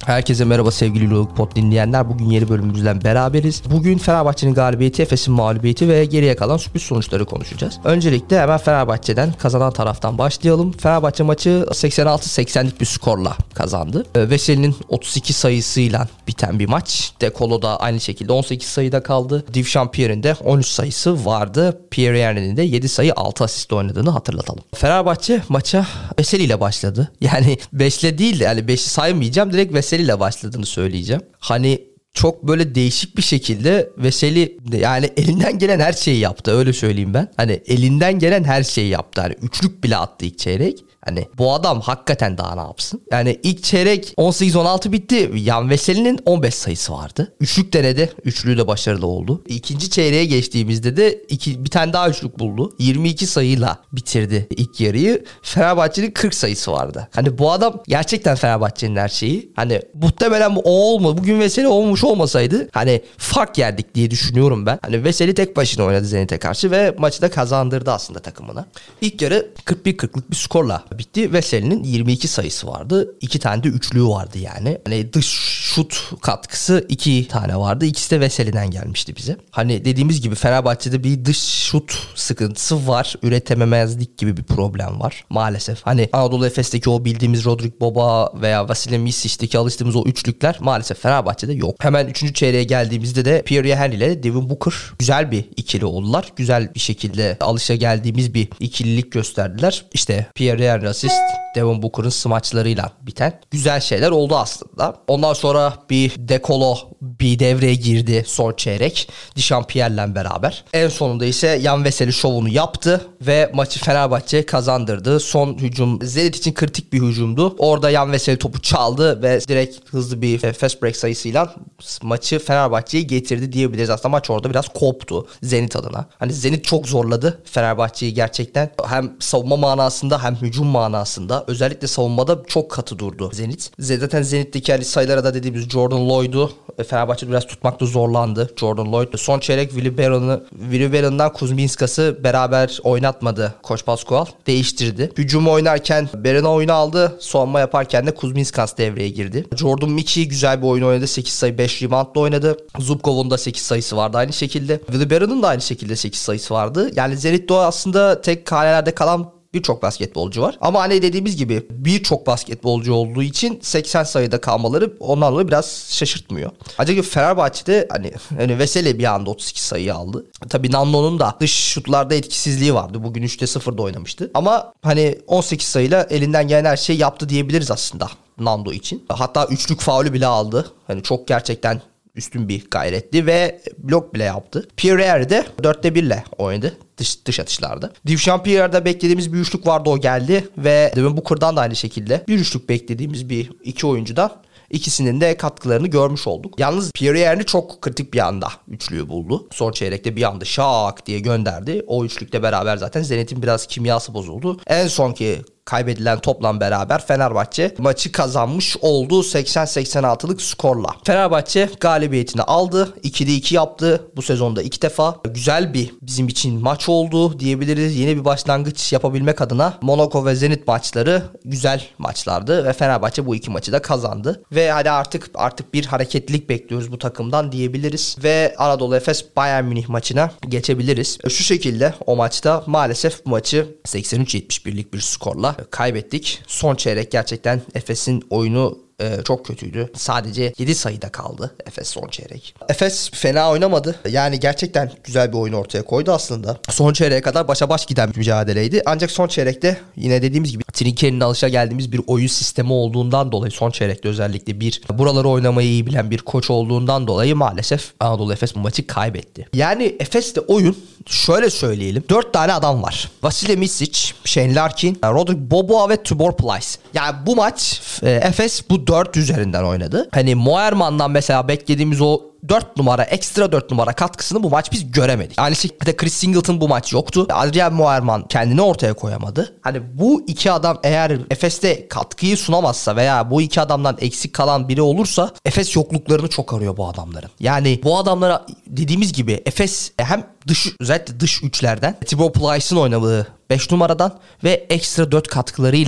Herkese merhaba sevgili Logopod dinleyenler. Bugün yeni bölümümüzden beraberiz. Bugün Fenerbahçe'nin galibiyeti, Efes'in mağlubiyeti ve geriye kalan sürpriz sonuçları konuşacağız. Öncelikle hemen Fenerbahçe'den, kazanan taraftan başlayalım. Fenerbahçe maçı 86-80'lik bir skorla kazandı. Veseli'nin 32 sayısıyla biten bir maç. De Colo da aynı şekilde 18 sayıda kaldı. Divşampierre'in de 13 sayısı vardı. Pierre-Henry'nin de 7 sayı 6 asist oynadığını hatırlatalım. Fenerbahçe maça Veseli ile başladı. Yani 5'le değil de, yani 5'i saymayacağım, direkt Veseli ile başladığını söyleyeceğim. Hani çok böyle değişik bir şekilde Veseli yani elinden gelen her şeyi yaptı, öyle söyleyeyim ben. Hani elinden gelen her şeyi yaptı. Hani üçlük bile attı ilk çeyrek. Hani bu adam hakikaten daha ne yapsın? Yani ilk çeyrek 18-16 bitti. Yan Veseli'nin 15 sayısı vardı. Üçlük denedi. Üçlüğü de başarılı oldu. İkinci çeyreğe geçtiğimizde de bir tane daha üçlük buldu. 22 sayıyla bitirdi ilk yarıyı. Fenerbahçe'nin 40 sayısı vardı. Hani bu adam gerçekten Fenerbahçe'nin her şeyi. Hani muhtemelen bu olmadı. Bugün Veseli olmuş olmasaydı hani fark yerdik diye düşünüyorum ben. Hani Veseli tek başına oynadı Zenit'e karşı ve maçı da kazandırdı aslında takımına. İlk yarı 41-40'lık bir skorla bitti. Veseli'nin 22 sayısı vardı. 2 tane de üçlüğü vardı yani. Hani dış şut katkısı 2 tane vardı. İkisi de Veseli'den gelmişti bize. Hani dediğimiz gibi Fenerbahçe'de bir dış şut sıkıntısı var. Üretememezlik gibi bir problem var maalesef. Hani Anadolu Efes'teki o bildiğimiz Rodrik Boba veya Vasilij Misic'teki alıştığımız o üçlükler maalesef Fenerbahçe'de yok. Hemen 3. çeyreğe geldiğimizde de Pierre-Henry ile Devin Booker güzel bir ikili oldular. Güzel bir şekilde alışa geldiğimiz bir ikililik gösterdiler. İşte Pierre-Henry asist, Devin Booker'ın smaçlarıyla biten güzel şeyler oldu aslında. Ondan sonra bir De Colo bir devreye girdi son çeyrek Divşampierre'le beraber. En sonunda ise Yan Veseli şovunu yaptı ve maçı Fenerbahçe kazandırdı. Son hücum Zenit için kritik bir hücumdu. Orada Yan Veseli topu çaldı ve direkt hızlı bir fast break sayısıyla maçı Fenerbahçe'ye getirdi diyebiliriz. Aslında maç orada biraz koptu Zenit adına. Hani Zenit çok zorladı Fenerbahçe'yi gerçekten. Hem savunma manasında hem hücum manasında. Özellikle savunmada çok katı durdu Zenit. Zaten Zenit'teki hani sayılara da dediğimiz Jordan Lloyd'u Fenerbahçe biraz tutmakta zorlandı. Jordan Lloyd son çeyrek Willy Barron'dan Kuzminskas'ı beraber oynatmadı Koç Pascual. Değiştirdi. Hücumu oynarken Barron'u oyuna aldı. Savunma yaparken de Kuzminskas devreye girdi. Jordan Mickey güzel bir oyun oynadı. 8 sayı 5 reboundla oynadı. Zubkov'un da 8 sayısı vardı aynı şekilde. Willy Barron'un da aynı şekilde 8 sayısı vardı. Yani Zenit'te aslında tek kalelerde kalan birçok basketbolcu var. Ama hani dediğimiz gibi birçok basketbolcu olduğu için 80 sayıda kalmaları ondan dolayı biraz şaşırtmıyor. Ancak Fenerbahçe'de hani Veseli bir anda 32 sayı aldı. Tabii Nanlo'nun da dış şutlarda etkisizliği vardı. Bugün 3'te 0'da oynamıştı. Ama hani 18 sayıyla elinden gelen her şeyi yaptı diyebiliriz aslında Nando için. Hatta üçlük faulü bile aldı. Hani çok gerçekten üstün bir gayretti ve blok bile yaptı. Pierre de 4'te 1 ile oynadı dış atışlarda. Divşampierre'de beklediğimiz bir üçlük vardı, o geldi ve Devin Booker'dan da aynı şekilde bir üçlük beklediğimiz bir iki oyuncudan ikisinin de katkılarını görmüş olduk. Yalnız Pierre-Henry çok kritik bir anda üçlüyü buldu. Son çeyrekte bir anda şak diye gönderdi. O üçlükle beraber zaten Zenit'in biraz kimyası bozuldu. En sonki kaybedilen topla beraber Fenerbahçe maçı kazanmış oldu 80-86'lık skorla. Fenerbahçe galibiyetini aldı. 2'de 2 yaptı. Bu sezonda 2 defa. Güzel bir bizim için maç oldu diyebiliriz. Yeni bir başlangıç yapabilmek adına Monaco ve Zenit maçları güzel maçlardı ve Fenerbahçe bu iki maçı da kazandı. Ve hadi artık bir hareketlilik bekliyoruz bu takımdan diyebiliriz. Ve Anadolu Efes Bayern Münih maçına geçebiliriz. Şu şekilde o maçta maalesef bu maçı 83-71'lik bir skorla kaybettik. Son çeyrek gerçekten Efes'in oyunu çok kötüydü. Sadece 7 sayıda kaldı Efes son çeyrek. Efes fena oynamadı. Yani gerçekten güzel bir oyun ortaya koydu aslında. Son çeyreğe kadar başa baş giden bir mücadeleydi. Ancak son çeyrekte yine dediğimiz gibi Trinker'in alışa geldiğimiz bir oyun sistemi olduğundan dolayı son çeyrekte özellikle buraları oynamayı iyi bilen bir koç olduğundan dolayı maalesef Anadolu Efes bu maçı kaybetti. Yani Efes'te oyun şöyle söyleyelim. 4 tane adam var. Vasilij Micic, Shane Larkin, Rodrik Boboa ve Tibor Plyce. Yani bu maç Efes bu 4 üzerinden oynadı. Hani Moerman'dan mesela beklediğimiz o 4 numara, ekstra 4 numara katkısını bu maç biz göremedik. Aynı şekilde Chris Singleton bu maç yoktu. Adrian Moerman kendini ortaya koyamadı. Hani bu iki adam eğer Efes'te katkıyı sunamazsa veya bu iki adamdan eksik kalan biri olursa Efes yokluklarını çok arıyor bu adamların. Yani bu adamlara dediğimiz gibi Efes hem özellikle dış üçlerden Tibor Plyce'ın oynadığı 5 numaradan ve ekstra 4 katkılarıyla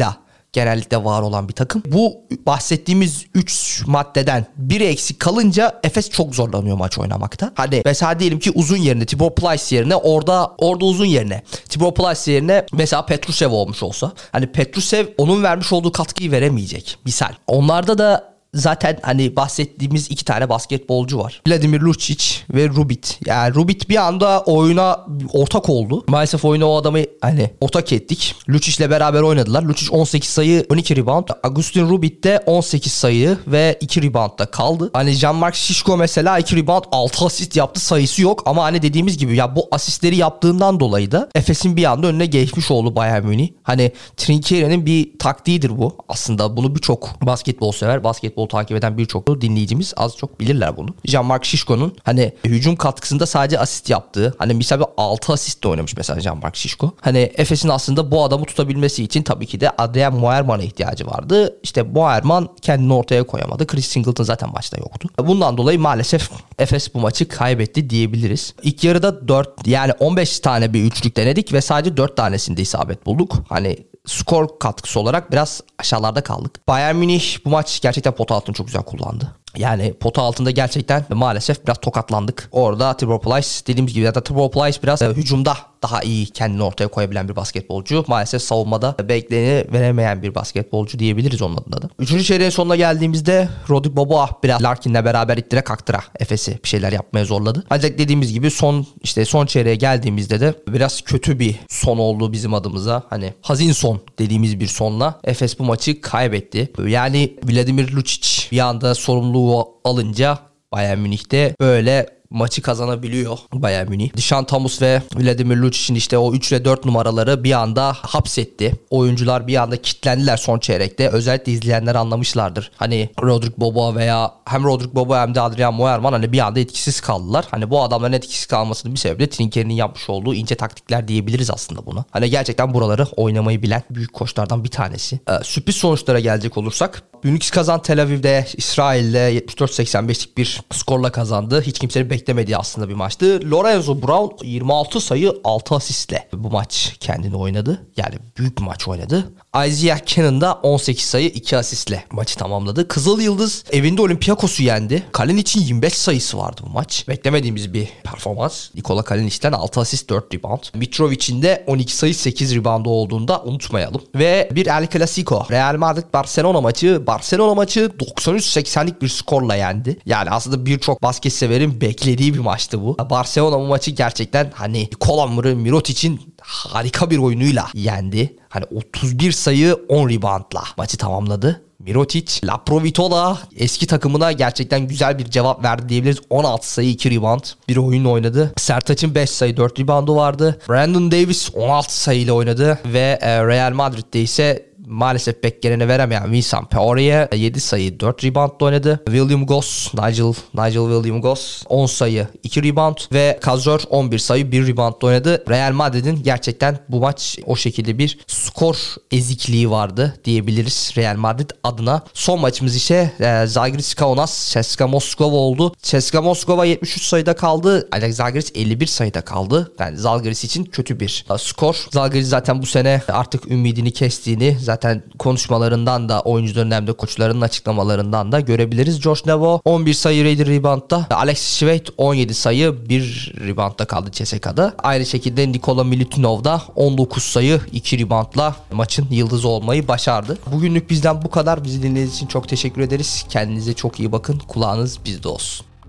genellikle var olan bir takım. Bu bahsettiğimiz 3 maddeden biri eksik kalınca Efes çok zorlanıyor maç oynamakta. Hani mesela diyelim ki uzun yerine Tibor Plyce yerine orada uzun yerine Tibor Plyce yerine mesela Petrusev olmuş olsa, hani Petrusev onun vermiş olduğu katkıyı veremeyecek. Misal. Onlarda da zaten hani bahsettiğimiz 2 tane basketbolcu var. Vladimir Lucic ve Rubit. Yani Rubit bir anda oyuna ortak oldu. Maalesef oyuna o adamı hani ortak ettik. Lucic'le beraber oynadılar. Lucic 18 sayı 12 rebound. Agustin Rubit de 18 sayı ve 2 reboundda kaldı. Hani Jean-Marc Şişko mesela 2 rebound 6 asist yaptı, sayısı yok. Ama hani dediğimiz gibi ya bu asistleri yaptığından dolayı da Efes'in bir anda önüne geçmiş oldu Bayern Münih. Hani Trinceri'nin bir taktiğidir bu. Aslında bunu birçok basketbol sever, basketbol takip eden birçok dinleyicimiz az çok bilirler bunu. Jean-Marc Şişko'nun hani hücum katkısında sadece asist yaptığı, hani mesela 6 asist de oynamış mesela Jean-Marc Şişko. Hani Efes'in aslında bu adamı tutabilmesi için tabii ki de Adrian Moerman'a ihtiyacı vardı. İşte Moerman kendini ortaya koyamadı. Chris Singleton zaten maçta yoktu. Bundan dolayı maalesef Efes bu maçı kaybetti diyebiliriz. İlk yarıda 4 yani 15 tane bir üçlük denedik ve sadece 4 tanesinde isabet bulduk. Hani skor katkısı olarak biraz aşağılarda kaldık. Bayern Münih bu maç gerçekten pota altını çok güzel kullandı. Yani pota altında gerçekten maalesef biraz tokatlandık. Orada Tibor Plyce dediğimiz gibi, ya da Tibor Plyce biraz hücumda daha iyi kendini ortaya koyabilen bir basketbolcu. Maalesef savunmada bekleyeni veremeyen bir basketbolcu diyebiliriz onun adına da. 3. çeyreğin sonuna geldiğimizde Rodrik Boboa biraz Larkin'le beraber ittire kaktıra Efes'i bir şeyler yapmaya zorladı. Ancak dediğimiz gibi son çeyreğe geldiğimizde de biraz kötü bir son oldu bizim adımıza. Hani hazin son dediğimiz bir sonla Efes bu maçı kaybetti. Yani Vladimir Lucic bir anda sorumluluğu alınca Bayern Münih'te böyle maçı kazanabiliyor Bayern Münih. Dishon Thomas ve Vladimir Lucic'in işte o 3 ve 4 numaraları bir anda hapsetti. Oyuncular bir anda kilitlendiler son çeyrekte. Özellikle izleyenler anlamışlardır. Hani Rodrik Boboa veya hem Rodrik Boboa hem de Adrian Moerman hani bir anda etkisiz kaldılar. Hani bu adamların etkisiz kalmasının bir sebebi de Trinceri'nin yapmış olduğu ince taktikler diyebiliriz aslında buna. Hani gerçekten buraları oynamayı bilen büyük koçlardan bir tanesi. Sürpriz sonuçlara gelecek olursak, Phoenix kazan Tel Aviv'de İsrail'de 74-85'lik bir skorla kazandı. Hiç kimsenin beklemediği aslında bir maçtı. Lorenzo Brown 26 sayı 6 asistle bu maç kendini oynadı. Yani büyük bir maç oynadı. Isaiah Cannon da 18 sayı 2 asistle maçı tamamladı. Kızıl Yıldız evinde Olympiakos'u yendi. Kalinic'in 25 sayısı vardı bu maç. Beklemediğimiz bir performans. Nikola Kalinic'ten 6 asist 4 rebound. Mitrovic'in de 12 sayı 8 reboundu olduğunda unutmayalım. Ve bir El Clasico, Real Madrid Barcelona maçı 93-80'lik bir skorla yendi. Yani aslında birçok basket severin beklediği bir maçtı bu. Barcelona bu maçı gerçekten hani Nikola Mirotic'in harika bir oyunuyla yendi. Hani 31 sayı 10 reboundla maçı tamamladı. Mirotic, Laprovitola eski takımına gerçekten güzel bir cevap verdi diyebiliriz. 16 sayı 2 rebound bir oyun oynadı. Sertac'ın 5 sayı 4 reboundu vardı. Brandon Davis 16 sayıyla oynadı ve Real Madrid'de ise maalesef bekleneni veremeyen Vincent Peoria 7 sayı 4 reboundla oynadı. William Goss, Nigel William Goss 10 sayı 2 rebound ve Kazor 11 sayı 1 reboundla oynadı. Real Madrid'in gerçekten bu maç o şekilde bir skor ezikliği vardı diyebiliriz Real Madrid adına. Son maçımız ise Zalgiris Kaunas CSKA Moskova oldu. CSKA Moskova 73 sayıda kaldı. Ancak Zalgiris 51 sayıda kaldı. Yani Zalgiris için kötü bir skor. Zalgiris zaten bu sene artık ümidini kestiğini zaten konuşmalarından da, oyuncuların hem de koçlarının açıklamalarından da görebiliriz. Josh Nevo 11 sayı 7 reboundda. Alexis Şveyt 17 sayı 1 reboundda kaldı CSKA'da. Aynı şekilde Nikola Milutinov da 19 sayı 2 reboundla maçın yıldızı olmayı başardı. Bugünlük bizden bu kadar. Bizi dinlediğiniz için çok teşekkür ederiz. Kendinize çok iyi bakın. Kulağınız bizde olsun.